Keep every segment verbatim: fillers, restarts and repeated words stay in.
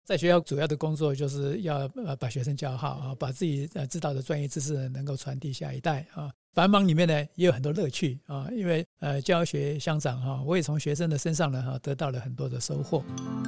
在学校主要的工作就是要呃把学生教好啊，把自己呃知道的专业知识能够传递下一代啊。繁忙里面呢也有很多乐趣啊，因为呃教学相长哈，我也从学生的身上呢哈得到了很多的收获。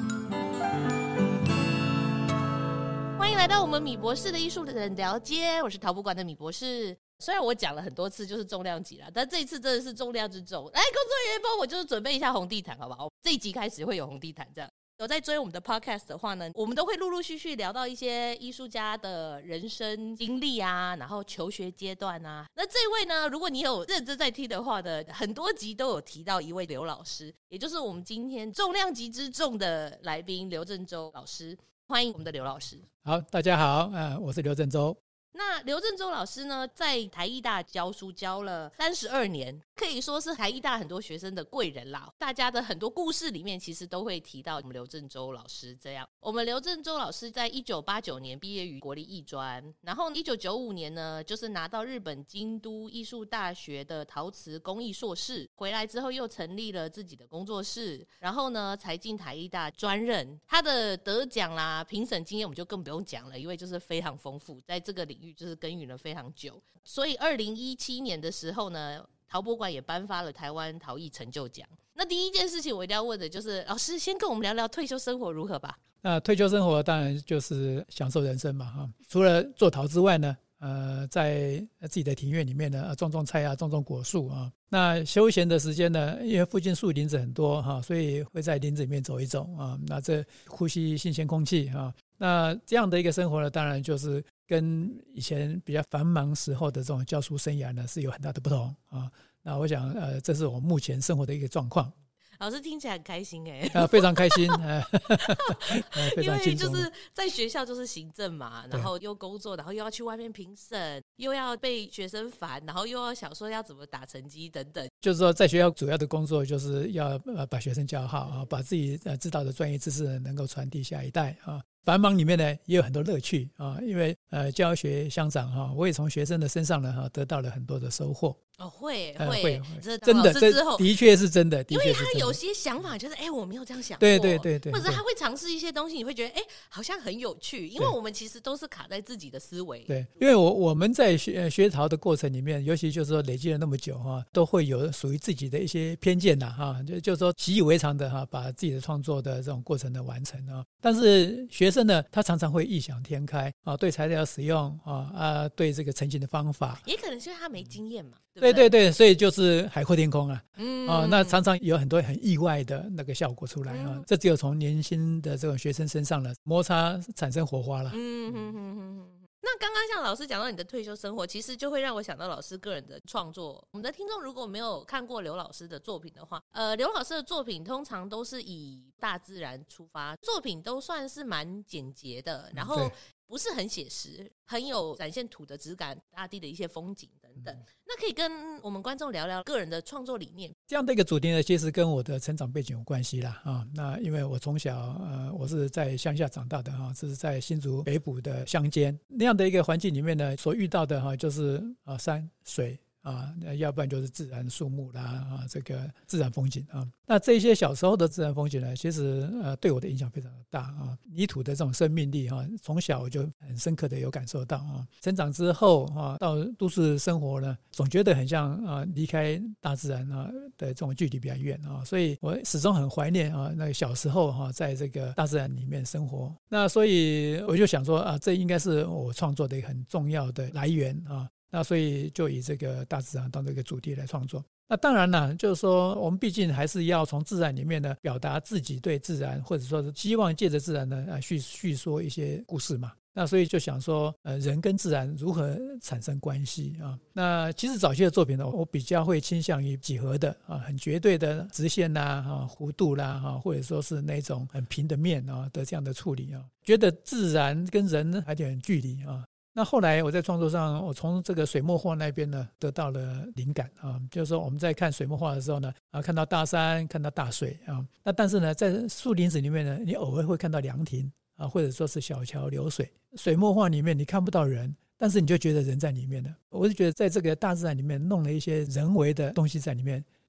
欢迎来到我们米博士的艺术人聊街，我是陶博馆的米博士。虽然我讲了很多次就是重量级啦，但这一次真的是重量之重。来，工作人员帮我就是准备一下红地毯好不好？这一集开始会有红地毯这样。有在追我们的 podcast 的话呢，我们都会陆陆续续聊到一些艺术家的人生经历啊，然后求学阶段啊。那这位呢，如果你有认真在听的话呢，很多集都有提到一位刘老师，也就是我们今天重量级之重的来宾刘振洲老师。欢迎我们的刘老师。 好，大家好，呃、我是刘振洲。 那刘振洲老师呢，在台艺大教书教了三十二年，可以说是台艺大很多学生的贵人啦。大家的很多故事里面，其实都会提到我们刘振洲老师这样。我们刘振洲老师在一九八九年毕业于国立艺专，然后一九九五年呢，就是拿到日本京都艺术大学的陶瓷工艺硕士，回来之后又成立了自己的工作室，然后呢才进台艺大专任。他的得奖啦、评审经验我们就更不用讲了，因为就是非常丰富，在这个领域就是耕耘了非常久。所以二零一七年的时候呢，陶博馆也颁发了台湾陶艺成就奖。那第一件事情我一定要问的就是，老师先跟我们聊聊退休生活如何吧。 那退休生活当然就是享受人生嘛哈。除了做陶之外呢，呃，在自己的庭院里面呢，种种菜啊，种种果树啊。那休闲的时间呢，因为附近树林子很多哈，所以会在林子里面走一走啊。那这呼吸新鲜空气啊。那这样的一个生活呢，当然就是跟以前比较繁忙时候的这种教书生涯呢是有很大的不同啊。那我想呃，这是我目前生活的一个状况。 老师听起来很开心哎、欸， 啊，非常开心，呃、非常轻松。 因为就是在学校就是行政嘛，然后又工作，然后又要去外面评审，又要被学生烦，然后又要想说要怎么打成绩等等。 就是说，在学校主要的工作就是要呃把学生教好啊，把自己呃知道的专业知识能够传递下一代啊。繁忙里面呢也有很多乐趣啊，因为呃教学相长哈，我也从学生的身上呢哈得到了很多的收获。 哦，会、 呃、 会， 会这真的，这之后的确是真的，的确是真的。 因为他有些想法就是哎、欸，我没有这样想过， 对对对对， 或者他会尝试一些东西，你会觉得哎、欸，好像很有趣，因为我们其实都是卡在自己的思维。 对，因为我我们在学学陶的过程里面，尤其就是说累积了那么久哈，都会有属于自己的一些偏见呐哈，就就是说习以为常的哈，把自己的创作的这种过程的完成啊。但是学生呢，他常常会异想天开啊，对材料使用啊啊，对这个成型的方法， 也可能是因为他没经验嘛。 对对对，所以就是海阔天空啊， 嗯啊，那常常有很多很意外的那个效果出来啊，嗯、这只有从年轻的这种学生身上呢摩擦产生火花了。 嗯哼哼哼哼。那刚刚像老师讲到你的退休生活，其实就会让我想到老师个人的创作。我们的听众如果没有看过刘老师的作品的话，呃，刘老师的作品通常都是以大自然出发，作品都算是蛮简洁的，然后不是很写实，很有展现土的质感、大地的一些风景等等。嗯、那可以跟我们观众聊聊个人的创作理念。 这样的一个主题呢，其实跟我的成长背景有关系啦啊。那因为我从小呃，我是在乡下长大的哈，这是在新竹北部的乡间那样的一个环境里面呢，所遇到的哈就是啊山水。啊，要不然就是自然树木啦，啊，这个自然风景啊。那这些小时候的自然风景呢，其实呃对我的影响非常的大啊。泥土的这种生命力哈、啊，从小我就很深刻的有感受到啊。成长之后啊，到都市生活呢，总觉得很像啊，离开大自然啊的这种距离比较远啊，所以我始终很怀念啊，那个小时候哈、啊，在这个大自然里面生活。那所以我就想说啊，这应该是我创作的一个很重要的来源啊。那所以就以这个大自然当这个主题来创作。那当然了，就是说我们毕竟还是要从自然里面呢表达自己对自然，或者说是希望借着自然呢啊叙叙说一些故事嘛。那所以就想说呃人跟自然如何产生关系啊。那其实早期的作品呢，我比较会倾向于几何的啊，很绝对的直线啦啊弧度啦啊，或者说是那种很平的面啊的这样的处理啊，觉得自然跟人还有点距离啊。那后来我在创作上，我从这个水墨画那边呢得到了灵感啊，就是说我们在看水墨画的时候呢，啊看到大山，看到大水啊，那但是呢，在树林子里面呢，你偶尔会看到凉亭啊，或者说是小桥流水。水墨画里面你看不到人，但是你就觉得人在里面了。我是觉得在这个大自然里面弄了一些人为的东西在里面，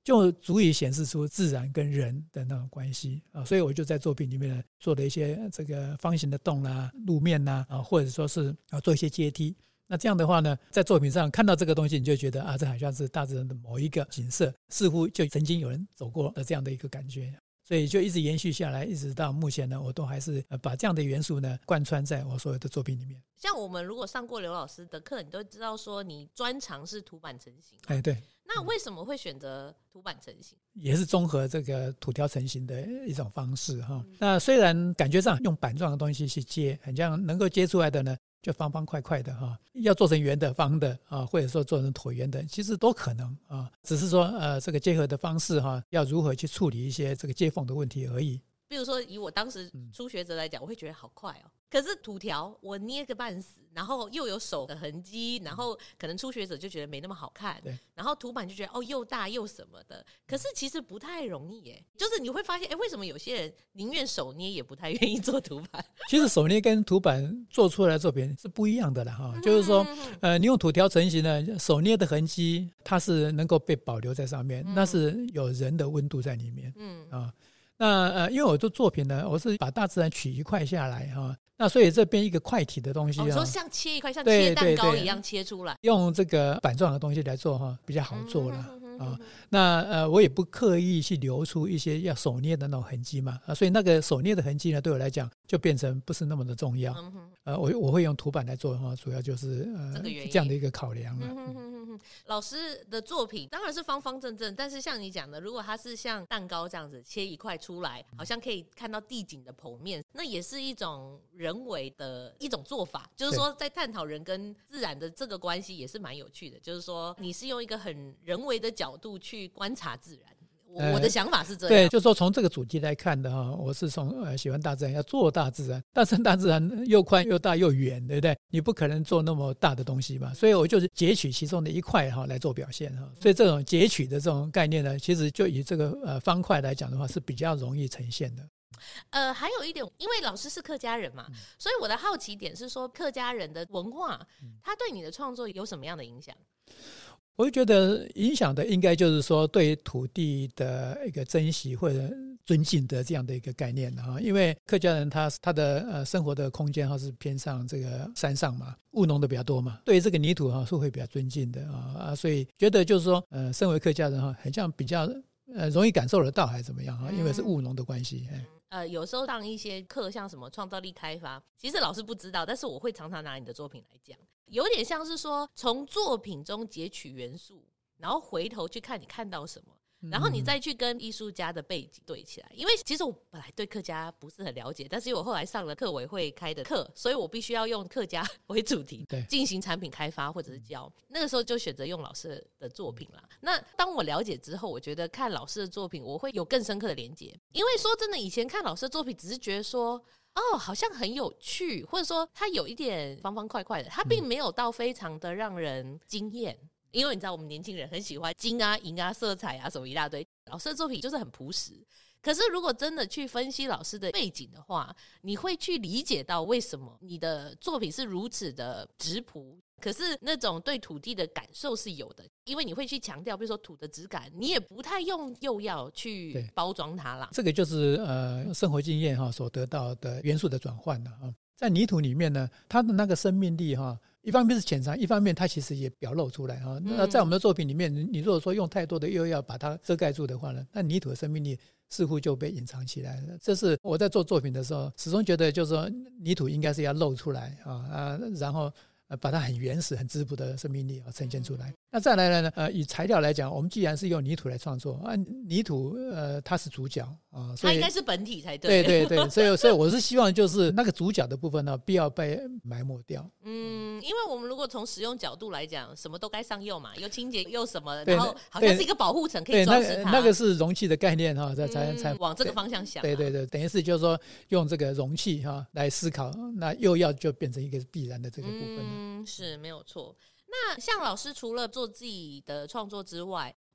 就足以显示出自然跟人的那种关系啊，所以我就在作品里面呢做了一些这个方形的洞啦、路面啦啊，或者说是啊做一些阶梯。那这样的话呢，在作品上看到这个东西，你就觉得啊，这好像是大自然的某一个景色，似乎就曾经有人走过的这样的一个感觉。所以就一直延续下来，一直到目前呢，我都还是把这样的元素呢贯穿在我所有的作品里面。 像我们如果上过刘老师的课，你都知道说你专长是图版成型。 哎，对。 那为什么会选择图版成型？ 也是综合这个土条成型的一种方式哈。嗯、那虽然感觉上用板状的东西去接，很像能够接出来的呢，就方方块块的哈，要做成圆的、方的啊，或者说做成椭圆的，其实都可能啊。只是说呃，这个结合的方式哈，要如何去处理一些这个接缝的问题而已。 比如说以我当时初学者来讲，我会觉得好快哦。可是土条我捏个半死，然后又有手的痕迹，然后可能初学者就觉得没那么好看，然后图板就觉得哦又大又什么的。可是其实不太容易耶，就是你会发现，哎，为什么有些人宁愿手捏也不太愿意做图板？ 其实手捏跟图板做出来的作品是不一样的啦哈。就是说，呃，你用土条成型呢，手捏的痕迹它是能够被保留在上面，那是有人的温度在里面，嗯啊。那呃，因为我做作品呢，我是把大自然取一块下来哈，那所以这边一个块体的东西啊， 你说像切一块像切蛋糕一样切出来， 用这个板状的东西来做哈，比较好做了啊。那呃，我也不刻意去留出一些要手捏的那种痕迹嘛啊，所以那个手捏的痕迹呢，对我来讲就变成不是那么的重要。呃，我我会用图板来做哈，主要就是呃这样的一个考量了。 老师的作品当然是方方正正，但是像你讲的，如果它是像蛋糕这样子切一块出来，好像可以看到地景的剖面，那也是一种人为的一种做法，就是说在探讨人跟自然的这个关系也是蛮有趣的，就是说你是用一个很人为的角度去观察自然。我的想法是这样， 对，就是说从这个主题来看的哈，我是从呃喜欢大自然，要做大自然，但是大自然又宽又大又远，对不对？你不可能做那么大的东西嘛，所以我就是截取其中的一块哈来做表现哈。所以这种截取的这种概念呢，其实就以这个呃方块来讲的话，是比较容易呈现的。 呃，还有一点，因为老师是客家人嘛，嗯、所以我的好奇点是说，客家人的文化，它对你的创作有什么样的影响？ 我就觉得影响的应该就是说对土地的一个珍惜或者尊敬的这样的一个概念啊，因为客家人他他的呃生活的空间哈是偏上这个山上嘛，务农的比较多嘛，对于这个泥土哈是会比较尊敬的啊，所以觉得就是说呃身为客家人哈，很像比较呃容易感受得到还是怎么样哈，因为是务农的关系。嗯呃，有时候上一些课，像什么创造力开发，其实老师不知道，但是我会常常拿你的作品来讲，有点像是说从作品中截取元素，然后回头去看你看到什么，然后你再去跟艺术家的背景对起来。因为其实我本来对客家不是很了解，但是因为我后来上了客委会开的课，所以我必须要用客家为主题进行产品开发或者是教。那个时候就选择用老师的作品啦。那当我了解之后，我觉得看老师的作品我会有更深刻的连结，因为说真的，以前看老师的作品只是觉得说哦，好像很有趣，或者说它有一点方方块块的，它并没有到非常的让人惊艳。因为你知道我们年轻人很喜欢金啊银啊色彩啊什么一大堆，老师的作品就是很朴实。可是如果真的去分析老师的背景的话，你会去理解到为什么你的作品是如此的质朴，可是那种对土地的感受是有的，因为你会去强调比如说土的质感，你也不太用釉药去包装它啦。 这个就是呃生活经验哈所得到的元素的转换了啊。在泥土里面呢，它的那个生命力哈，一方面是潜藏，一方面它其实也表露出来哈。那在我们的作品里面，你如果说用太多的釉药把它遮盖住的话呢，那泥土的生命力似乎就被隐藏起来了。这是我在做作品的时候始终觉得，就是说泥土应该是要露出来啊，然后把它很原始很质朴的生命力呈现出来。那再来呢呃，以材料来讲，我们既然是用泥土来创作啊，泥土呃它是主角啊，所以它应该是本体才对。 对对对，所以所以我是希望就是那个主角的部分呢，不要被埋没掉。 嗯，因为我们如果从使用角度来讲，什么都该上釉嘛，又清洁又什么，然后好像是一个保护层可以装饰它。 那, 那个是容器的概念哈，才才才往这个方向想。 对对对，等于是就是说用这个容器哈来思考，那釉药就变成一个必然的这个部分了。 嗯，是没有错。那像老师除了做自己的创作之外，我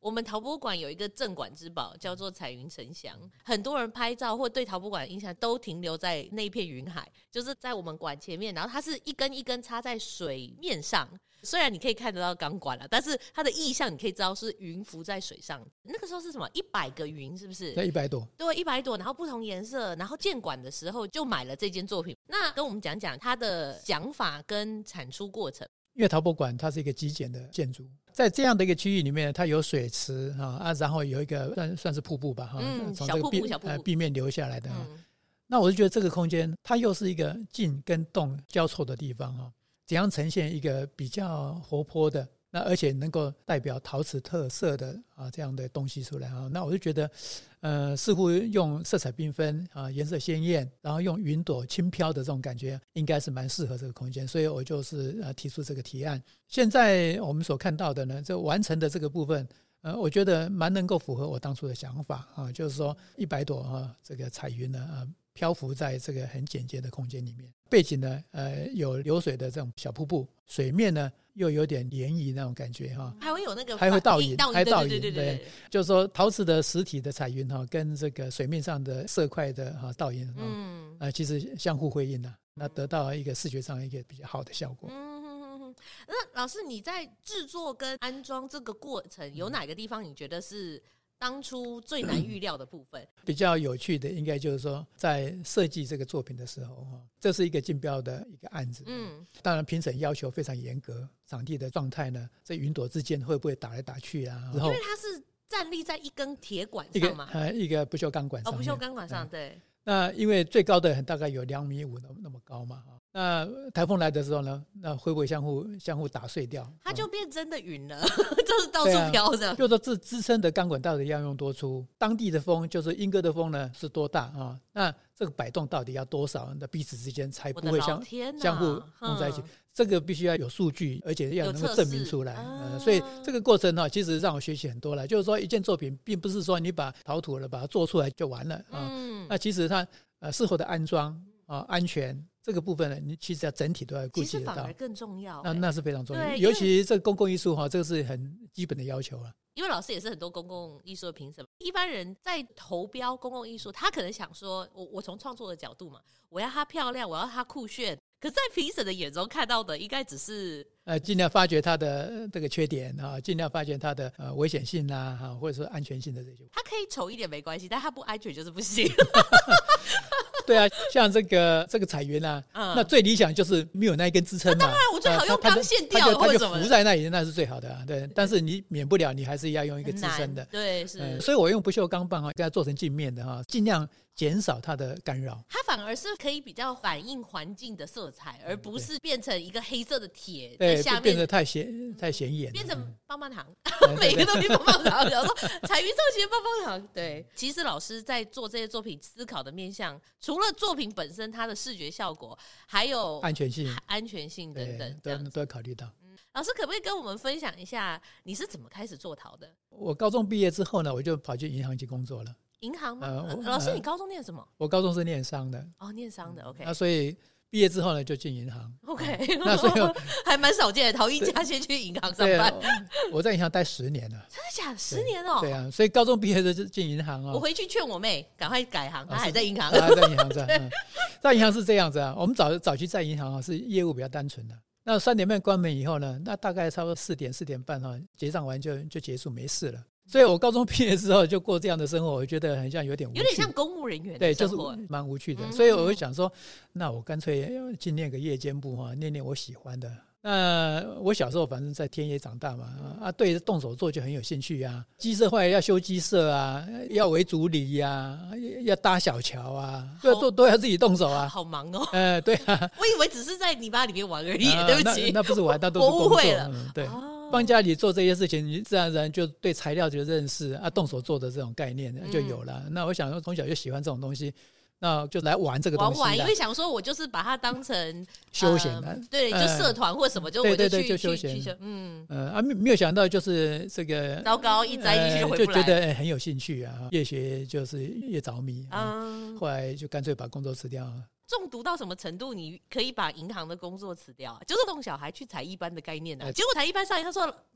我们陶博馆有一个镇馆之宝叫做彩云沉香，很多人拍照或对陶博馆的印象都停留在那片云海，就是在我们馆前面，然后它是一根一根插在水面上，虽然你可以看得到钢管了，但是它的意象你可以知道是云浮在水上。那个时候是什么？一百个云是不是？ 对，一百朵。 对，一百朵，然后不同颜色，然后建馆的时候就买了这件作品。那跟我们讲讲它的想法跟产出过程。 因为陶博馆它是一个极简的建筑，在这样的一个区域里面，它有水池 啊, 啊然后有一个 算, 算是瀑布吧， 嗯， 从这个 壁, 小瀑布呃、壁面流下来的、啊嗯、 那我就觉得这个空间它又是一个静跟动交错的地方、啊、怎样呈现一个比较活泼的，那而且能够代表陶瓷特色的啊这样的东西出来啊，那我就觉得，呃，似乎用色彩缤纷啊，颜色鲜艳，然后用云朵轻飘的这种感觉，应该是蛮适合这个空间，所以我就是呃提出这个提案。现在我们所看到的呢，这完成的这个部分，呃，我觉得蛮能够符合我当初的想法啊，就是说一百朵啊这个彩云呢啊。漂浮在这个很简洁的空间里面，背景呢，呃，有流水的这种小瀑布，水面呢又有点涟漪那种感觉哈， 还会有那个还会倒影，还倒影， 对对对对对， 就是说陶瓷的实体的彩云哈，跟这个水面上的色块的哈倒影，嗯，呃，其实相互辉映的，那得到一个视觉上一个比较好的效果。 嗯，那老师你在制作跟安装这个过程，有哪个地方你觉得是当初最难预料的部分？ 比较有趣的应该就是说在设计这个作品的时候，这是一个竞标的一个案子，嗯，当然评审要求非常严格，场地的状态呢，这云朵之间会不会打来打去啊， 因为它是站立在一根铁管上嘛， 一个、呃、一个不锈钢管上面， 哦，不锈钢管上，对， 那因为最高的大概有两米五那么高嘛，那台风来的时候呢，那会不会相互相互打碎掉？ 它就变真的云了，就是到处飘着。 啊、就是说这支撑的钢管到底要用多粗？当地的风就是英哥的风呢是多大啊？那这个摆动到底要多少？那彼此之间才不会相相互弄在一起？嗯、这个必须要有数据，而且要能够证明出来。呃、所以这个过程呢，其实让我学习很多了。就是说，一件作品并不是说你把陶土了把它做出来就完了啊。嗯、那其实它呃适合的安装啊、安全。这个部分呢，你其实要整体都要顾及得到， 其实反而更重要、 欸。那那是非常重要，尤其这个公共艺术哈，这个是很基本的要求了。 因为老师也是很多公共艺术的评审，一般人在投标公共艺术，他可能想说，我我从创作的角度嘛，我要它漂亮，我要它酷炫。可是在评审的眼中看到的，应该只是呃，尽量发掘它的这个缺点啊，尽量发掘它的呃危险性啊，哈，或者说安全性的这些。 它可以丑一点没关系，但它不安全就是不行。 对啊，像这个这个彩云啊、嗯，那最理想就是没有那一根支撑嘛。 当然，我最好用钢线吊或者什么， 它就浮在那里，那是最好的啊。对，但是你免不了，你还是要用一个支撑的。 对，是、嗯。 所以我用不锈钢棒哈，给它做成镜面的哈，尽量减少它的干扰。 它反而是可以比较反映环境的色彩，而不是变成一个黑色的铁在下面， 变得太显太显眼， 变成棒棒糖，每个都变棒棒糖。然后说彩云造型的棒棒糖。对，其实老师在做这些作品思考的面向，除了作品本身它的视觉效果，还有安全性、 安全性等等， 都都要考虑到。 嗯，老师可不可以跟我们分享一下，你是怎么开始做陶的？ 我高中毕业之后呢，我就跑去银行去工作了。 银行吗？呃、老师，你高中念什么？ 我高中是念商的。 哦，念商的 ，OK。 那所以毕业之后呢，就进银行。 OK， 那所以还蛮少见的，陶艺家先去银行上班。 我在银行待十年了。 真的假的？十年哦。 对啊，所以高中毕业就进银行哦。 我回去劝我妹赶快改行，她还在银行。 她还在银行在、嗯。在银行是这样子啊，我们早早期在银行啊是业务比较单纯的。那三点半关门以后呢，那大概差不多四点四点半哈，结账完就就结束没事了。所以我高中毕业之后就过这样的生活，我觉得很像有点无趣， 有点像公务人员的生活，对，就是蛮无趣的。嗯、所以我会想说，那我干脆去念个夜间部哈，念念我喜欢的。那我小时候反正在田野长大嘛，啊，对动手做就很有兴趣啊。鸡舍坏了要修鸡舍啊，要围竹篱呀，要搭小桥啊，都都都要自己动手啊。 好忙哦。 呃，对啊。 我以为只是在泥巴里面玩而已，呃、对不起， 那, 那不是玩，那都是工作。 我误会了。 嗯、对。哦，帮家里做这些事情，你自然而然就对材料的认识啊，动手做的这种概念就有了。嗯、那我想说，从小就喜欢这种东西，那就来玩这个东西。 玩玩，因为想说我就是把它当成休闲的、 呃，对，就社团或什么，呃、就我就去对对对，就休闲。嗯呃啊，没有想到就是这个糟糕，一栽进去就回不来， 呃、就觉得、欸、很有兴趣啊，越学就是越着迷。嗯，后来就干脆把工作辞掉了。 中毒到什么程度，你可以把银行的工作辞掉啊？就是送小孩去才艺班的概念啊。结果才艺班上，他说：“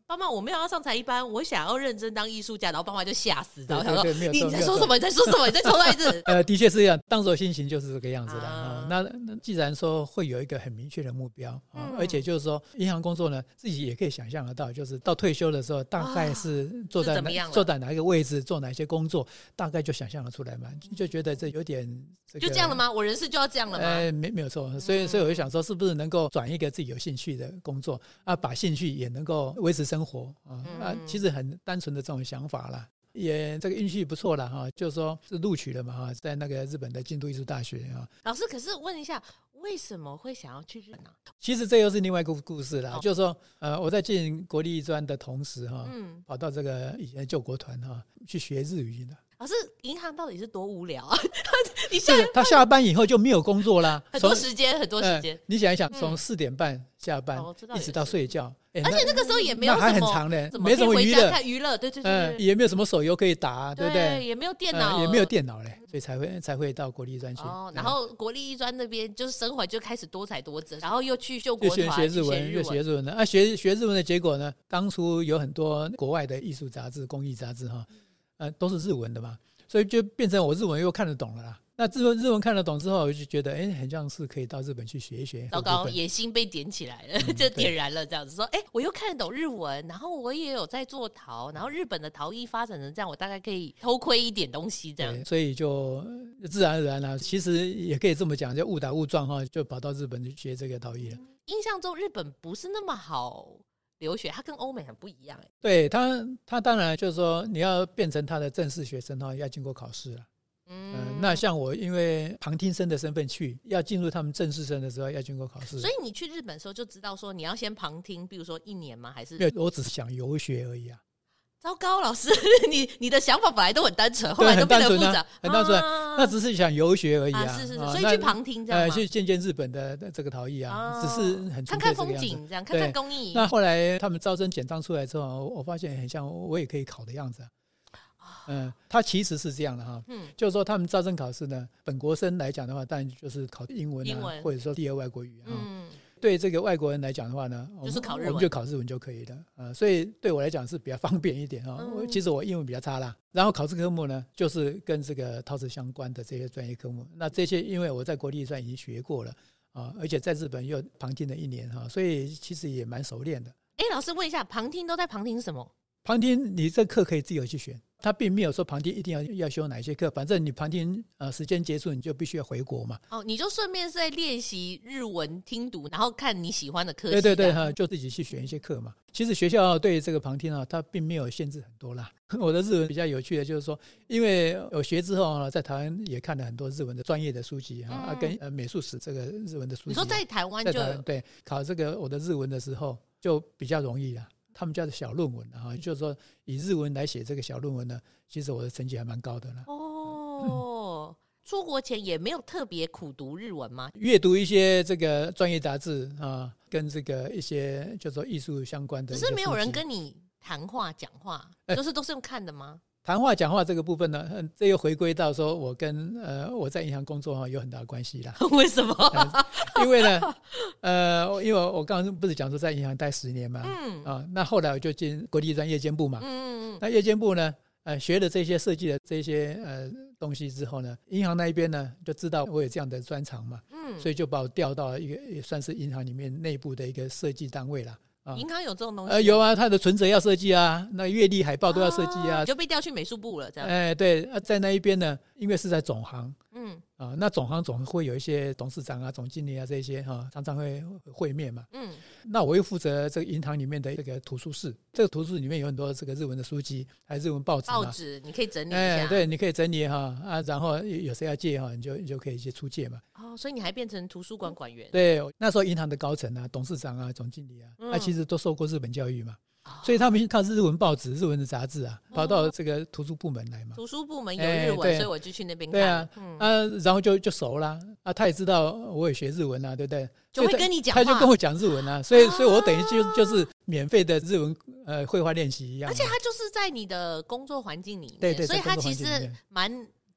爸妈我没有要上才艺班，我想要认真当艺术家，然后爸妈就吓死，然后想说对对对， 你在说什么？你在说什么？你再重来一次。 呃，的确是这样，当时的心情就是这个样子的、 啊哦、那, 那既然说会有一个很明确的目标、哦嗯、 而且就是说银行工作呢，自己也可以想象得到，就是到退休的时候大概是坐在、 哦、 坐在哪一个位置，做哪些工作，大概就想象得出来嘛，就觉得这有点、这个、 就这样了吗？我人生就要这样了吗？ 呃，没没有错，所以所以我就想说，是不是能够转一个自己有兴趣的工作啊，把兴趣也能够维持生活啊、嗯、啊，其实很单纯的这种想法啦。也这个运气不错了哈，就是说是录取了嘛哈，在那个日本的京都艺术大学啊。 老师，可是问一下，为什么会想要去日本呢、啊？ 其实这又是另外一个故事啦， 哦、 就是说呃，我在进国立艺专的同时哈， 嗯， 跑到这个以前的救国团哈去学日语的。 老师，银行到底是多无聊啊？你下他下班以后就没有工作啦， 很多时间，很多时间、呃。 你想一想，从四点半下班、嗯哦、一直到睡觉， 欸、而且那个时候也没有什么， 那还很长的， 没什么娱乐， 看娱乐，对对对, 对、 呃，也没有什么手游可以打，对不对？ 也没有电脑、 呃，也没有电脑嘞，所以才会才会到国立艺专去。 哦，然后国立艺专那边就是生活就开始多彩多姿，然后又去救国团学日文，又学日文的啊，学学日文的结果呢，当初有很多国外的艺术杂志、工艺杂志哈，呃，都是日文的嘛。所以就变成我日文又看得懂了啦。那日文日文看得懂之后，我就觉得，哎，很像是可以到日本去学一学。 糟糕，野心被点起来了，嗯、就点燃了，这样子说，哎，我又看得懂日文，然后我也有在做陶，然后日本的陶艺发展成这样，我大概可以偷窥一点东西，这样。 所以就自然而然啦、啊，其实也可以这么讲，就误打误撞哈，就跑到日本去学这个陶艺了。 嗯、印象中日本不是那么好留学，它跟欧美很不一样哎。 对他，他当然就是说，你要变成他的正式学生的话，要经过考试了。嗯、呃，那像我因为旁听生的身份去，要进入他们正式生的时候，要经过考试。 所以你去日本的时候就知道说，你要先旁听，比如说一年吗？还是？ 没有，我只是想游学而已啊。 糟糕，老师，你你的想法本来都很单纯，后来都变得复杂， 很单纯、啊，那只是想游学而已啊。 啊是是是，所以去旁听这样吗？ 呃，去见见日本的这个陶艺啊，哦、只是很看看风景，这样看看工艺。 那后来他们招生简章出来之后，我发现很像我也可以考的样子啊。嗯、呃，他其实是这样的哈，嗯，就是说他们招生考试呢，本国生来讲的话，当然就是考英文啊，英文或者说第二外国语啊。嗯，对这个外国人来讲的话呢， 就是考日文， 我们就考日文就可以了啊、呃，所以对我来讲是比较方便一点啊、哦。嗯、其实我英文比较差啦，然后考试科目呢，就是跟这个陶瓷相关的这些专业科目。那这些因为我在国立艺专已经学过了啊，而且在日本又旁听了一年哈，所以其实也蛮熟练的。 哎，老师问一下，旁听都在旁听什么？ 旁听你这课可以自由去选，他并没有说旁听一定要要修哪一些课，反正你旁听呃时间结束你就必须要回国嘛。 哦，你就顺便是在练习日文听读，然后看你喜欢的课系。 对对对哈，就自己去选一些课嘛。其实学校对这个旁听啊，它并没有限制很多啦。我的日文比较有趣的就是说，因为我学之后呢，在台湾也看了很多日文的专业的书籍啊，嗯、啊跟呃美术史这个日文的书籍、啊。 你说在台湾就在台湾对考这个我的日文的时候就比较容易啦。他们叫做小论文啊，就是说以日文来写这个小论文呢，其实我的成绩还蛮高的啦。 哦，嗯、出国前也没有特别苦读日文吗？ 阅读一些这个专业杂志啊，跟这个一些就是说艺术相关的， 只是没有人跟你谈话讲话，欸、就是都是用看的吗？ 谈话讲话这个部分呢，这又回归到说我跟呃我在银行工作哈有很大的关系啦。 为什么？ 呃、因为呢，呃，因为我刚刚不是讲说在银行待十年嘛，嗯啊，那后来我就进国立艺专夜间部嘛，嗯嗯，那夜间部呢，呃，学了这些设计的这些呃东西之后呢，银行那一边呢就知道我有这样的专长嘛，嗯，所以就把我调到一个也算是银行里面内部的一个设计单位啦。 银行有这种东西、啊？ 呃，有啊，他的存折要设计啊，那月历海报都要设计啊， 哦、就被调去美术部了，这样。 哎、呃，对，啊，在那一边呢，因为是在总行，嗯啊，那总行总会有一些董事长啊、总经理啊这些哈、啊，常常会会面嘛，嗯，那我又负责这个银行里面的这个图书室，这个图书室里面有很多这个日文的书籍，还有日文报纸， 报纸你可以整理一下， 哎、呃，对，你可以整理哈啊，然后有谁要借哈，你就你就可以去出借嘛。 哦，所以你还变成图书馆馆员？ 对，那时候银行的高层啊、董事长啊、总经理啊，他、嗯啊、其实都受过日本教育嘛。所以他们靠日文报纸、日文的杂志啊，跑到这个图书部门来嘛。 图书部门有日文，欸、所以我就去那边看。 对啊，嗯、啊，然后就就熟啦。啊，他也知道我也学日文啊，对不对？ 就会跟你讲话， 他就跟我讲日文啊。所以，所以我等于就就是免费的日文呃绘画练习一样。 而且他就是在你的工作环境里面， 对对， 所以他其实蛮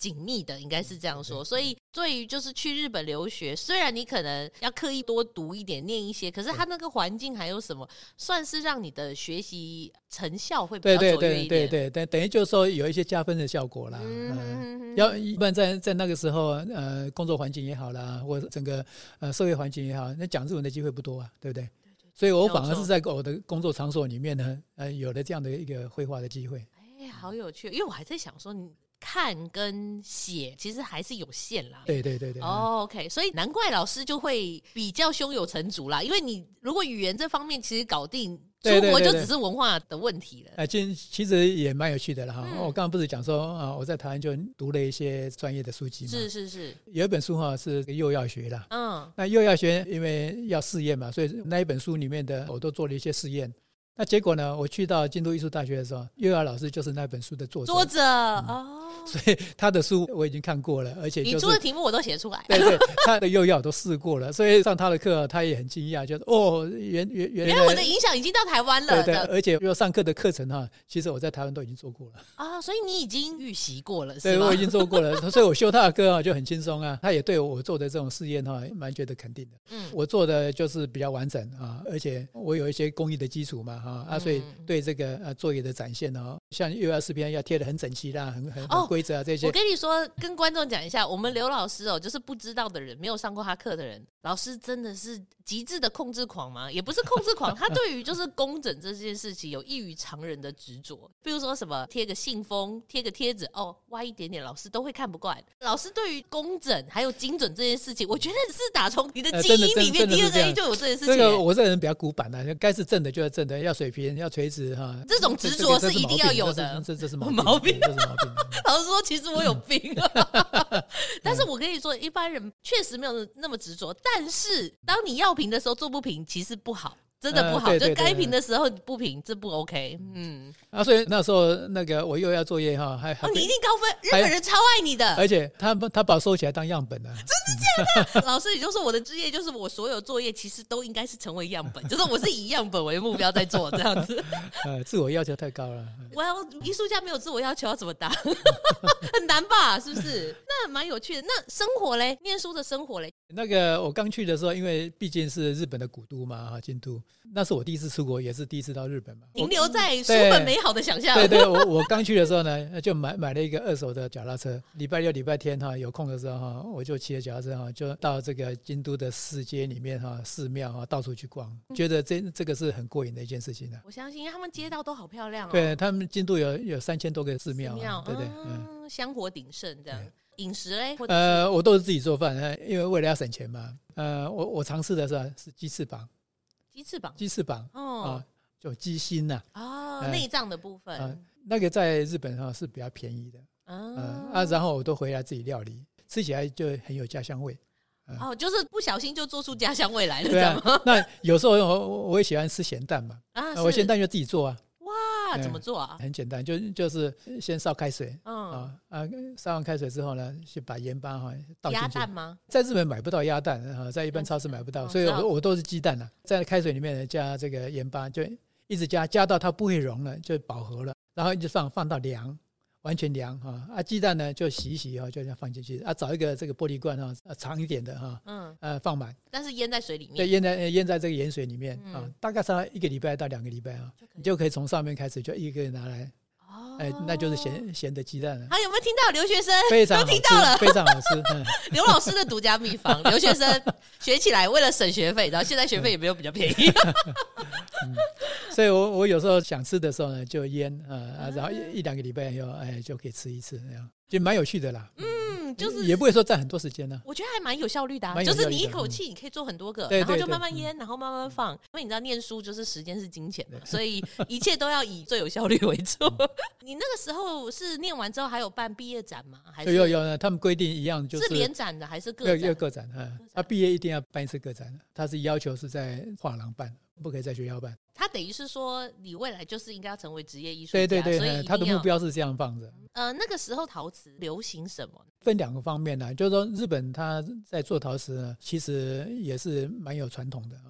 紧密的，应该是这样说。所以对于就是去日本留学，虽然你可能要刻意多读一点念一些，可是它那个环境还有什么算是让你的学习成效会比较卓越一点。 对对对对对，等于就是说有一些加分的效果啦。嗯嗯、要一般在在那个时候呃工作环境也好啦，或者整个呃社会环境也好，那讲日文的机会不多啊，对不对？所以我反而是在我的工作场所里面呢，呃，有了这样的一个绘画的机会。 哎，好有趣，因为我还在想说，你看跟写其实还是有限啦。 对对对对。 哦、oh, ，OK， 所以难怪老师就会比较胸有成竹啦，因为你如果语言这方面其实搞定。出国就只是文化的问题了。 哎、呃，其实也蛮有趣的了哈、嗯。我刚刚不是讲说啊，我在台湾就读了一些专业的书籍嘛。 是是是。 有一本书哈是幼药学啦。 嗯。 那幼药学因为要试验嘛，所以那一本书里面的我都做了一些试验。那结果呢，我去到京都艺术大学的时候，幼药老师就是那本书的作者。 作者、嗯、哦。 所以他的书我已经看过了，而且、就是、 你出的题目我都写出来。 对对，他的幼药都试过了，所以上他的课他也很惊讶，就是哦，原原原来原来我的影响已经到台湾了。 对对，而且又上课的课程哈，其实我在台湾都已经做过了啊，所以你已经预习过了，是吗？ 对，我已经做过了，所以我修他的课就很轻松啊。他也对我做的这种试验哈，蛮觉得肯定的。嗯，我做的就是比较完整啊，而且我有一些工艺的基础嘛哈啊，所以对这个呃作业的展现呢，像幼药视频要贴得很整齐啦，很很很规则啊这些。 我跟你说，跟观众讲一下，我们刘老师哦，就是不知道的人，没有上过他课的人，老师真的是极致的控制狂吗？也不是控制狂，他对于就是工整这件事情有异于常人的执着。比如说什么贴个信封、贴个贴纸，哦，歪一点点，老师都会看不惯。老师对于工整还有精准这件事情，我觉得是打从你的基因里面 D N A 就有这件事情。 这个我这个人比较古板的，该是正的就要正的，要水平要垂直哈。 这种执着是一定要有的， 这这是毛毛病， 这是毛病。 老师说，其实我有病。但是我跟你说，一般人确实没有那么执着，但是当你要评的时候做不平，其日不好，真的不好。呃、就该评的时候不评，这不 OK。嗯， 啊，所以那时候那个我又要作业哈，还、 哦、你一定高分，日本人超爱你的， 而且他他把我收起来当样本啊， 真的假的？老师，你就说我的职业就是我所有作业其实都应该是成为样本，就是我是以样本为目标在做这样子。 呃，自我要求太高了。 我要艺术家没有自我要求要怎么答？很难吧？是不是？那蛮有趣的。那生活嘞，念书的生活嘞？ 那个我刚去的时候，因为毕竟是日本的古都嘛，京都，那是我第一次出国，也是第一次到日本嘛。 停留在书本美好的想象。 对 对, 对，我我刚去的时候呢，就买买了一个二手的脚踏车。礼拜六、礼拜天哈有空的时候哈，我就骑着脚踏车哈，就到这个京都的市街里面哈，寺庙哈，到处去逛，觉得这这个是很过瘾的一件事情的。 我相信，因为他们街道都好漂亮哦。 对，他们京都有有三千多个寺庙，对对， 嗯，香火鼎盛这样。饮食嘞？ 呃，我都是自己做饭，因为为了要省钱嘛。呃，我我尝试的是是鸡翅膀， 鸡翅膀， 鸡翅膀哦、啊，就鸡心呐、 啊。哦，呃、内脏的部分、呃， 那个在日本哈是比较便宜的啊、呃、啊，然后我都回来自己料理，吃起来就很有家乡味。 呃、哦，就是不小心就做出家乡味来了， 对啊。那有时候我我也喜欢吃咸蛋嘛，啊，我咸蛋就自己做啊。 哇，怎么做啊？ 很简单，就就是先烧开水，嗯啊啊，烧完开水之后呢，就把盐巴哈倒进去。鸭蛋吗？ 在日本买不到鸭蛋啊，在一般超市买不到，嗯、所以我我都是鸡蛋啊，在开水里面加这个盐巴，就一直加，加到它不会溶了，就饱和了，然后一直放放到凉。完全凉哈啊，鸡蛋呢就洗一洗哈，就这样放进去啊，找一个这个玻璃罐哈，长一点的哈，嗯呃放满， 但是腌在水里面， 对，腌在腌在这个盐水里面、嗯、啊，大概差一个礼拜到两个礼拜啊，你就可以从上面开始就一个拿来，哦，哎，那就是咸咸的鸡蛋了。 好，有没有听到留学生？ 非常好吃， 都听到了， 非常好吃。嗯、 刘老师的独家秘方，留学生学起来为了省学费，然后现在学费也没有比较便宜。 嗯所以我我有时候想吃的时候呢，就腌啊，然后一一两个礼拜以后，哎，就可以吃一次，那样就蛮有趣的啦。 嗯，就是也不会说占很多时间呢、啊。 我觉得还蛮有效率的、啊， 的就是你一口气你可以做很多个， 嗯、 然后就慢慢腌，然后慢慢放。因为你知道念书就是时间是金钱嘛，所以一切都要以最有效率为主。你那个时候是念完之后还有办毕业展吗？还是有有，他们规定一样，就是是联展的还是个展？ 要个展啊，他毕业一定要办一次个展，他是要求是在画廊办，不可以在学校办。 他等于是说，你未来就是应该要成为职业艺术家， 对对对， 所以他的目标是这样放着。 呃，那个时候陶瓷流行什么？ 分两个方面呢、啊，就是说日本他在做陶瓷呢，其实也是蛮有传统的啊。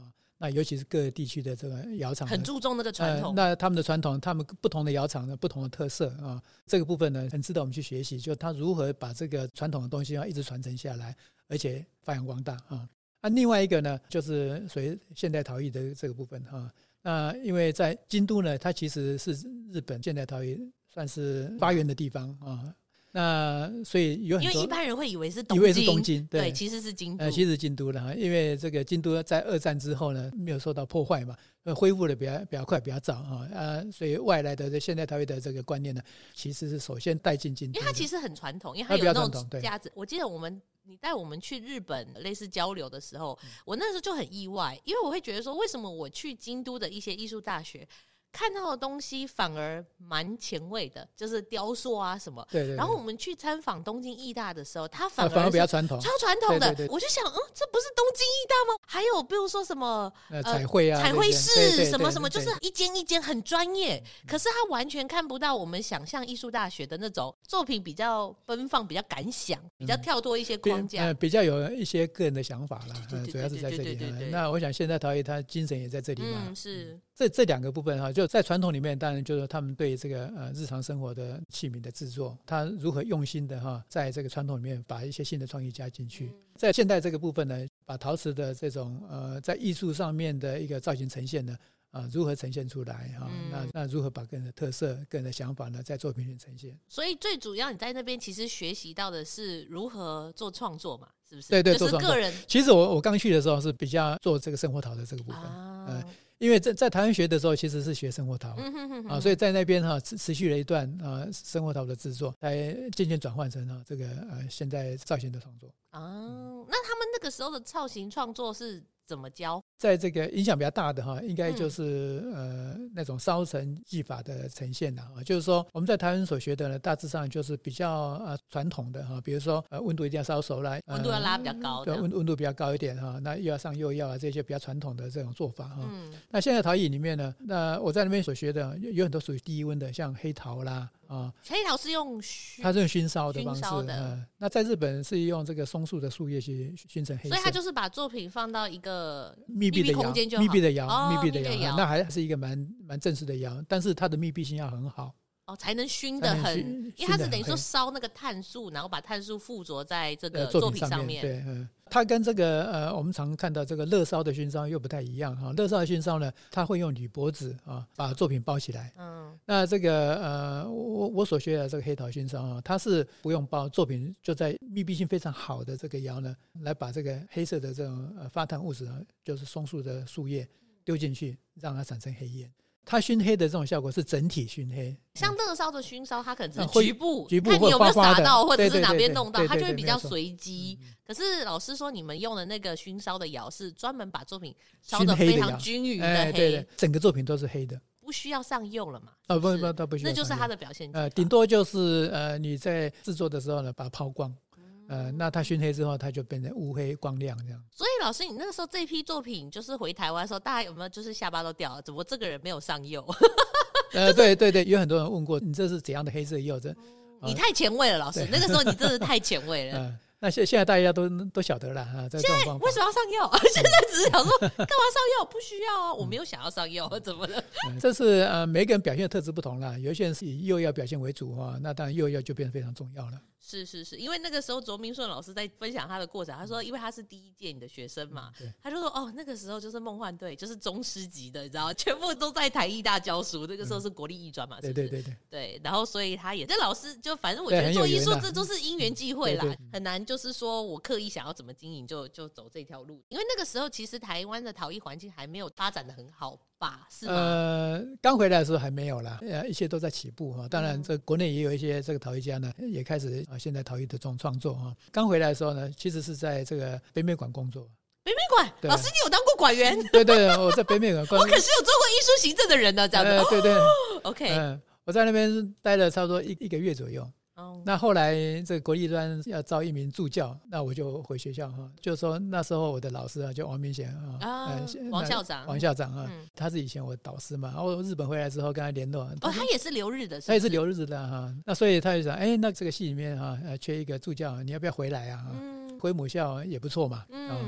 那尤其是各个地区的这个窑厂很注重那个传统、 呃、那他们的传统，他们不同的窑厂的不同的特色啊，这个部分呢很值得我们去学习，就他如何把这个传统的东西啊一直传承下来，而且发扬光大啊。那另外一个呢就是属于现代陶艺的这个部分啊。那因为在京都呢，它其实是日本现代陶艺算是发源的地方啊。那所以有很多， 因为一般人会以为是东京， 以为是东京， 对, 对，其实是京都、 呃、其实是京都的，因为这个京都在二战之后呢没有受到破坏嘛，恢复的比较比较快比较早啊、呃，所以外来的现代陶艺的这个观念呢，其实是首先带进京都， 因为它其实很传统，因为它有那种架子。我记得我们你带我们去日本类似交流的时候，我那时候就很意外，因为我会觉得说，为什么我去京都的一些艺术大学看到的东西反而蛮前卫的，就是雕塑啊什么。 对对对。 然后我们去参访东京艺大的时候，它反而、 啊、反而比较传统， 超传统的。 对对对， 我就想，嗯，这不是东京艺大吗？还有比如说什么、 呃、彩绘啊， 彩绘室什么什么， 对对对对， 就是一间一间很专业。可是它完全看不到我们想象艺术大学的那种作品，比较奔放，比较敢想，比较跳脱一些框架， 嗯呃、比较有一些个人的想法啦。 对对对对对对对对， 主要是在这里。对对对对，那我想现代陶艺它精神也在这里嘛。 嗯，是。 这这两个部分哈，就在传统里面，当然就是他们对这个呃日常生活的器皿的制作，他如何用心的哈，在这个传统里面把一些新的创意加进去。在现代这个部分呢，把陶瓷的这种呃在艺术上面的一个造型呈现呢，啊、呃，如何呈现出来哈、嗯？那那如何把个人的特色、个人的想法呢，在作品里呈现？ 所以最主要你在那边其实学习到的是如何做创作嘛，是不是？ 对对， 就是个人。 其实我我刚去的时候是比较做这个生活陶的这个部分，啊呃因为在在台湾学的时候其实是学生活陶、嗯、哼哼哼啊，所以在那边哈、啊、持持续了一段啊生活陶的制作，才渐渐转换成啊这个呃现在造型的创作啊。那他们那个时候的造型创作是怎么教？ 在这个影响比较大的哈，应该就是、嗯、呃那种烧成技法的呈现啊，就是说我们在台湾所学的呢，大致上就是比较呃传统的哈，比如说呃温度一定要烧熟了， 温度要拉比较高， 对，温温度比较高一点哈，那又要上釉药啊，这些比较传统的这种做法哈。 嗯， 那现在陶艺里面呢，那我在那边所学的有很多属于低温的，像黑陶啦。啊， 黑陶是用熏， 它是用熏烧的方式的、 嗯。那在日本是用这个松树的树叶去熏成黑色， 所以它就是把作品放到一个密闭的空间就好， 密闭的窑， 哦、 密闭的窑， 那还是一个蛮蛮正式的窑，但是它的密闭性要很好。 哦，才能熏得很，因为它是等于说烧那个碳素，然后把碳素附着在这个作品上面。 对，嗯，它跟这个呃，我们常看到这个热烧的熏烧又不太一样哈。热烧的熏烧呢，它会用铝箔纸啊把作品包起来。嗯，那这个呃，我我所学的这个黑陶熏烧啊，它是不用包，作品就在密闭性非常好的这个窑呢，来把这个黑色的这种呃发碳物质啊，就是松树的树叶丢进去，让它产生黑烟。它熏黑的这种效果是整体熏黑， 像热烧的熏烧，它可能只是局部， 局部看你有没有撒到，或者是哪边弄到， 对对对对对对对对， 它就会比较随机。可是老师说，你们用的那个熏烧的窑是专门把作品烧得非常均匀的黑， 哎、对对，整个作品都是黑的， 不需要上釉了嘛？ 啊、哦，不不，它不需要， 那就是它的表现。 呃，顶多就是呃你在制作的时候呢，把它抛光。呃，那它熏黑之后，它就变成乌黑光亮这样。 所以老师，你那个时候这批作品就是回台湾的时候，大家有没有就是下巴都掉了？怎么这个人没有上釉？ 呃，对对对，有很多人问过你这是怎样的黑色釉？这、 嗯、你太前卫了，老师，那个时候你真的太前卫了。 呃那现现在大家都都晓得了啊，这现在为什么要上釉？现在只是想说干嘛上釉？不需要啊，我没有想要上釉，怎么了？ 嗯、这是呃每个人表现的特质不同啦，有一些人是以釉药表现为主哈，那当然釉药就变得非常重要了。 是是是，因为那个时候卓明顺老师在分享他的过程，他说因为他是第一届你的学生嘛，嗯、他就说哦那个时候就是梦幻队，就是宗师级的，你知道，全部都在台艺大教书，那个时候是国立艺专嘛，是不是？ 对对对对对，然后所以他也这老师就反正我觉得做艺术这都是因缘际会啦， 对对对， 很难就是说我刻意想要怎么经营就就走这条路，因为那个时候其实台湾的陶艺环境还没有发展的很好吧，是吗？ 呃，刚回来的时候还没有啦，呃，一切都在起步哈。当然，这国内也有一些这个陶艺家呢，也开始啊，现在陶艺的这种创作哈。刚回来的时候呢，其实是在这个北美馆工作。 北美馆，老师你有当过馆员？ 对对，我在北美馆工作。 我可是有做过艺术行政的人呢，这样子。 呃、对对、哦、 ，OK， 嗯，我在那边待了差不多一一个月左右。Oh. 那后来这个国立专要招一名助教，那我就回学校哈，就是说那时候我的老师啊，就王明贤啊， 啊呃、王校长， 王校长啊、嗯，他是以前我的导师嘛，然后日本回来之后跟他联络， 哦，他也是留日的是不是， 他也是留日的哈，那所以他就想，哎，那这个系里面哈，缺一个助教，你要不要回来啊？嗯、回母校也不错嘛，嗯。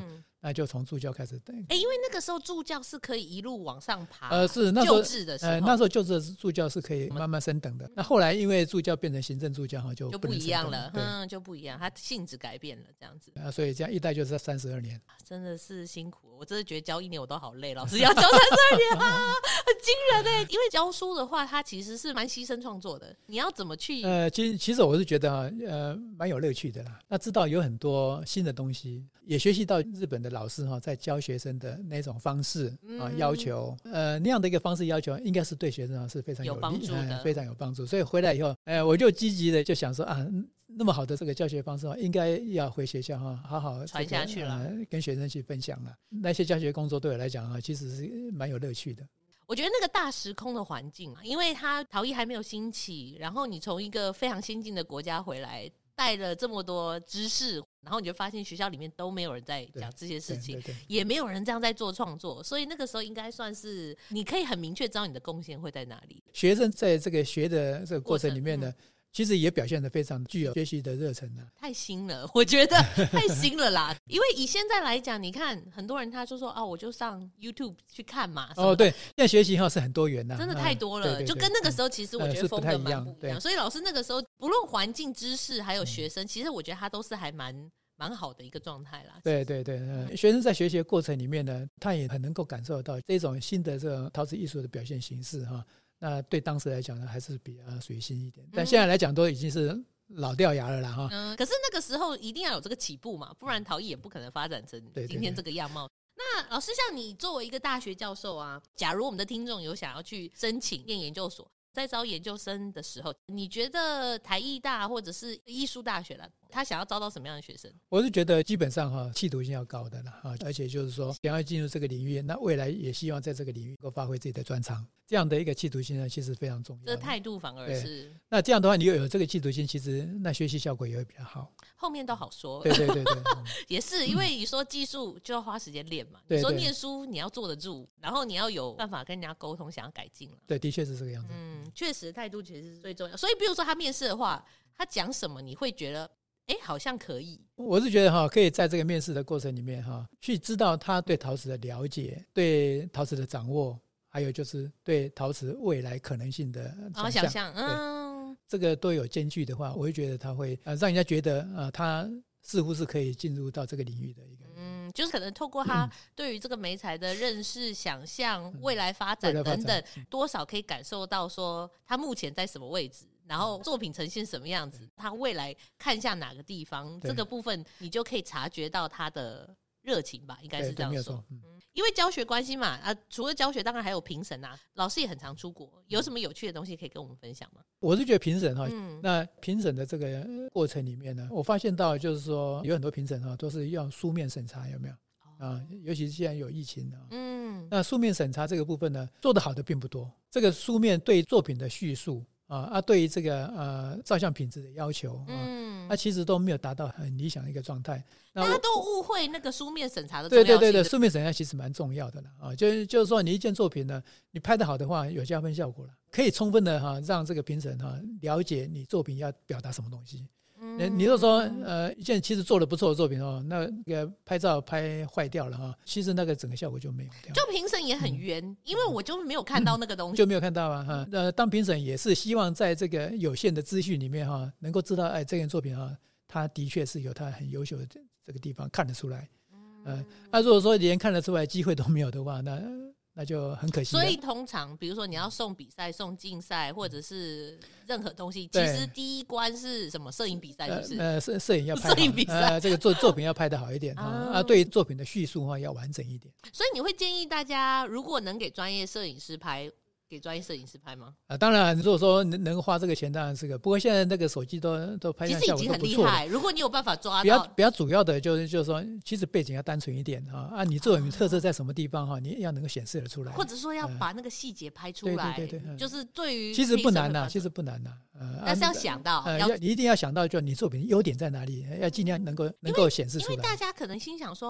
那就从助教开始。 哎，因为那个时候助教是可以一路往上爬， 呃，是那时候就职的时候， 呃，那时候就职的助教是可以慢慢升等的。那后来因为助教变成行政助教哈，就就不一样了，嗯，就不一样，它性质改变了这样子。 啊，所以这样一待就是三十二年， 真的是辛苦。我真的觉得教一年我都好累，老师要教三十二年啊，很惊人哎、欸。因为教书的话，它其实是蛮牺牲创作的，你要怎么去？ 呃，其实其实我是觉得啊，呃，蛮有乐趣的啦。那知道有很多新的东西，也学习到日本的老师哈、啊，在教学生的那种方式啊，要求，呃，那样的一个方式要求，应该是对学生啊是非常有, 有帮助的、 呃，非常有帮助。所以回来以后，呃，我就积极的就想说啊。那么好的这个教学方式应该要回学校哈，好好、这个、 传下去了、呃， 跟学生去分享了。那些教学工作对我来讲啊，其实是蛮有乐趣的。 我觉得那个大时空的环境啊，因为它陶艺还没有兴起，然后你从一个非常先进的国家回来，带了这么多知识，然后你就发现学校里面都没有人在讲这些事情，也没有人这样在做创作，所以那个时候应该算是你可以很明确知道你的贡献会在哪里。 学生在这个学的这个过程里面呢。其实也表现得非常具有学习的热忱啊， 太新了，我觉得太新了啦。因为以现在来讲，你看很多人他就说哦，我就上 YouTube 去看嘛。 哦，对，现在学习哈是很多元的、啊， 真的太多了、嗯对对对，就跟那个时候其实我觉得风格蛮不一样。 呃、 所以老师那个时候不论环境、知识还有学生，嗯、其实我觉得他都是还蛮。蛮好的一个状态啦。 对对对、呃，学生在学习的过程里面呢，他也很能够感受到这种新的这种陶瓷艺术的表现形式哈。那对当时来讲呢，还是比较随心一点，但现在来讲都已经是老掉牙了啦哈。 嗯，可是那个时候一定要有这个起步嘛，不然陶艺也不可能发展成今天这个样貌。对对对，那老师，像你作为一个大学教授啊，假如我们的听众有想要去申请念研究所，在招研究生的时候，你觉得台艺大或者是艺术大学啦，他想要招到什么样的学生？ 我是觉得基本上哈，企图性要高的啦，而且就是说想要进入这个领域，那未来也希望在这个领域能够发挥自己的专长，这样的一个企图心呢，其实非常重要。 这态度反而是， 那这样的话，你有有这个企图心，其实那学习效果也会比较好。 后面都好说， 对对对对， 也是因为你说技术就要花时间练嘛， 对对， 你说念书你要坐得住，然后你要有办法跟人家沟通，想要改进了。 对，的确是这个样子。 嗯，确实态度其实是最重要。所以，比如说他面试的话，他讲什么，你会觉得？哎，好像可以。 我是觉得哈，可以在这个面试的过程里面哈，去知道他对陶瓷的了解，对陶瓷的掌握，还有就是对陶瓷未来可能性的想象。哦、 想象，嗯， 这个都有兼具的话，我会觉得他会呃让人家觉得呃他似乎是可以进入到这个领域的一个。 嗯，就是可能透过他对于这个媒材的认识、想象、未来发展等等，多少可以感受到说他目前在什么位置。然后作品呈现什么样子，他未来看向哪个地方，这个部分你就可以察觉到他的热情吧，应该是这样说。嗯，因为教学关系嘛，啊，除了教学，当然还有评审啊。老师也很常出国，有什么有趣的东西可以跟我们分享吗？ 我是觉得评审哈，嗯、那评审的这个过程里面呢，我发现到就是说有很多评审哈都是要书面审查，有没有？啊，尤其是现在有疫情啊，嗯，那书面审查这个部分呢，做得好的并不多。这个书面对作品的叙述。啊啊，对于这个呃照相品质的要求，嗯，那、啊、其实都没有达到很理想的一个状态。 大家都误会那个书面审查的重要性。对对对对，书面审查其实蛮重要的了啊，就是就是说你一件作品呢，你拍得好的话，有加分效果了，可以充分的哈、啊、让这个评审哈了解你作品要表达什么东西。你你就说呃一件其实做得不错的作品哦，那个拍照拍坏掉了哈，其实那个整个效果就没有掉。 就评审也很冤、嗯，因为我就没有看到那个东西， 就没有看到啊哈。呃，当评审也是希望在这个有限的资讯里面哈，能够知道哎这件作品哈，它的确是有它很优秀的这个地方看得出来。嗯，那、呃、如果说连看得出来机会都没有的话，那。那就很可惜。 所以通常比如说你要送比赛、送竞赛或者是任何东西，其实第一关是什么？摄影比赛是不是？ 呃，摄摄影要拍好，摄影比赛、呃，这个作作品要拍得好一点、啊、啊，对于作品的叙述话要完整一点。 所以你会建议大家，如果能给专业摄影师拍，给专业摄影师拍吗？ 啊，当然，如果说能能花这个钱，当然是个。不过现在那个手机都都拍下效果都不错， 其实已经很厉害。如果你有办法抓到， 比较比较主要的就是就是说，其实背景要单纯一点啊，啊，你作品特色在什么地方哈，你要能够显示得出来， 或者说要把那个细节拍出来。 对对对对， 就是对于其实不难呐，其实不难呐，呃， 但是要想到， 呃，要你一定要想到，就你作品优点在哪里，要尽量能够能够显示出来。 因为大家可能心想说，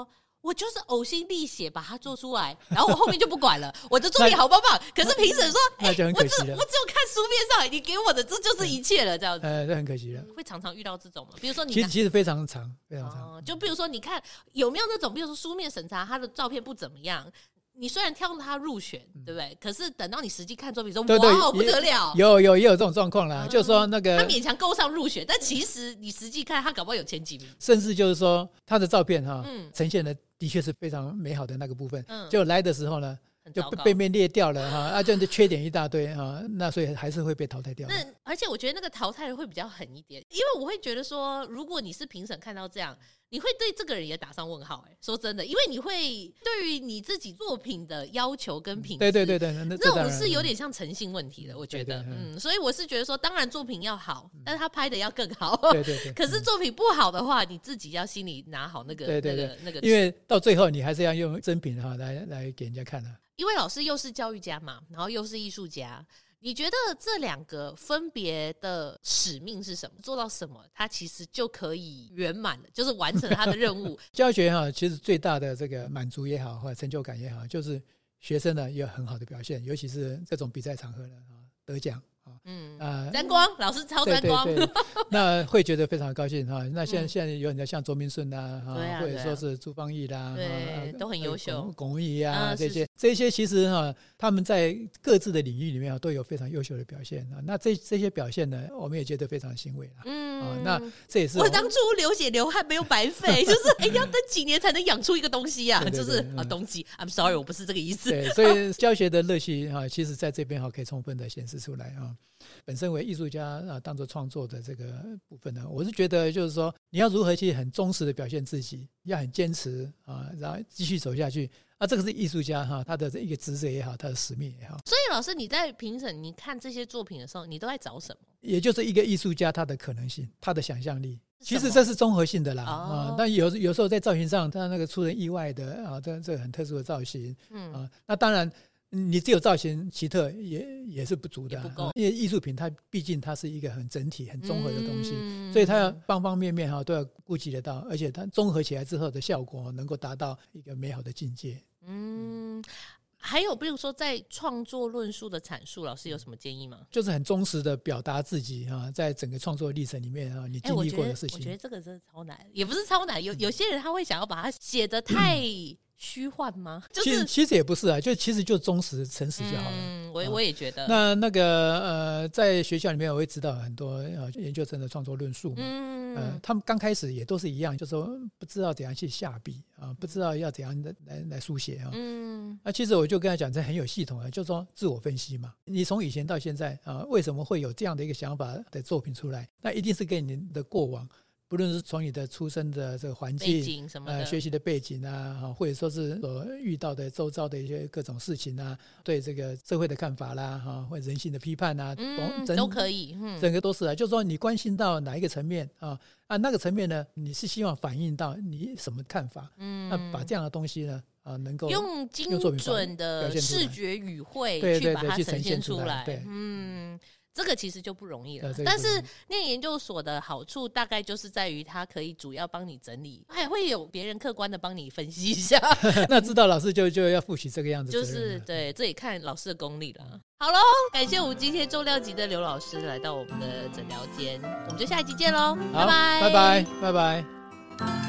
我就是呕心沥血把它做出来，然后我后面就不管了，我的作品好棒棒。可是评审说， 那就很可惜了、 欸、我, 只我只有看书面上你给我的这就是一切了，这样子。 呃，这很可惜了。 会常常遇到这种吗？比如说你其实其实非常长，非常长。 哦、就比如说你看有没有那种，比如说书面审查他的照片不怎么样。你虽然挑他入选，对不对？可是等到你实际看作品说， 对对哇，不得了， 有有也有这种状况啦、嗯。就是说那个他勉强够上入选，但其实你实际看他搞不好有前几名。 甚至就是说他的照片哈、 嗯， 呈现的的确是非常美好的那个部分， 嗯， 就来的时候呢。就背面裂掉了哈，啊，这缺点一大堆哈，那所以还是会被淘汰掉。 那而且我觉得那个淘汰的会比较狠一点，因为我会觉得说，如果你是评审看到这样，你会对这个人也打上问号、欸。哎，说真的，因为你会对于你自己作品的要求跟品质， 对对对对， 那种是有点像诚信问题的，我觉得，对对对嗯，所以我是觉得说，当然作品要好，但是他拍的要更好， 对对对。 可是作品不好的话，你自己要心里拿好那个， 对对对， 那个那个， 因为到最后你还是要用真品哈来来给人家看的、啊。 因为老师又是教育家嘛，然后又是艺术家，你觉得这两个分别的使命是什么？做到什么，他其实就可以圆满了，就是完成他的任务。 教学哈，其实最大的这个满足也好，或者成就感也好，就是学生呢有很好的表现，尤其是这种比赛场合呢得奖。 嗯啊，沾光老师超沾光， 对对对那会觉得非常高兴哈。那现在、嗯、现在有很多像卓明顺啊， 啊或者说是朱芳义啦， 对、啊，都很优秀。 龚文仪啊， 啊这些这些其实哈，他们在各自的领域里面都有非常优秀的表现啊。那这这些表现呢，我们也觉得非常欣慰啦。 嗯， 啊，那这也是我, 我当初流血流汗没有白费，就是哎、欸，要等几年才能养出一个东西啊，对对对就是、嗯、啊，东西。I'm sorry， 我不是这个意思。 对，所以教学的乐趣哈，其实在这边哈可以充分的显示出来啊。本身为艺术家啊，当做创作的这个部分呢，我是觉得就是说，你要如何去很忠实的表现自己，要很坚持啊，然后继续走下去啊，这个是艺术家哈他的一个职责也好，他的使命也好。 所以老师你在评审，你看这些作品的时候，你都在找什么？ 也就是一个艺术家他的可能性，他的想象力。其实这是综合性的啦，哦、啊，但有有时候在造型上，他那个出人意外的啊，这这个很特殊的造型，嗯啊，那当然。你只有造型奇特也也是不足的、啊， 不够， 因为艺术品它毕竟它是一个很整体、很综合的东西，嗯、所以它要方方面面哈都要顾及得到，而且它综合起来之后的效果能够达到一个美好的境界。 嗯，还有比如说在创作论述的阐述，老师有什么建议吗？ 就是很忠实的表达自己哈，在整个创作历程里面哈，你经历过的事情、 欸我。我觉得这个真的超难，也不是超难，有有些人他会想要把它写得太。嗯虚幻吗？就是、 其实其实也不是啊，就其实就忠实诚实就好了。 嗯，我我也觉得。 那那个呃，在学校里面我会指导很多呃研究生的创作论述嘛，嗯，呃，他们刚开始也都是一样，就是说不知道怎样去下笔啊，不知道要怎样来来书写啊。嗯，那、啊、其实我就跟他讲，这很有系统的，就是说自我分析嘛。你从以前到现在啊，为什么会有这样的一个想法的作品出来？那一定是跟你的过往。不论是从你的出生的这个环境、 背景什么的、 呃、学习的背景啊，或者说是所遇到的周遭的一些各种事情啊，对这个社会的看法啦，哈，或者人性的批判啊， 嗯，都可以，嗯， 整个都是啊。就是说你关心到哪一个层面啊啊，那个层面呢，你是希望反映到你什么看法？嗯，那把这样的东西呢，啊，能够用精准的视觉语汇去把它呈现出来， 对， 嗯。这个其实就不容易了，但是念研究所的好处大概就是在于它可以主要帮你整理，还会有别人客观的帮你分析一下。 那知道老师就就要负起这个样子责任， 就是对，这也看老师的功力了。好咯，感谢我们今天重量级的刘老师来到我们的诊疗间，我们就下一集见咯，拜拜， 拜拜，拜拜。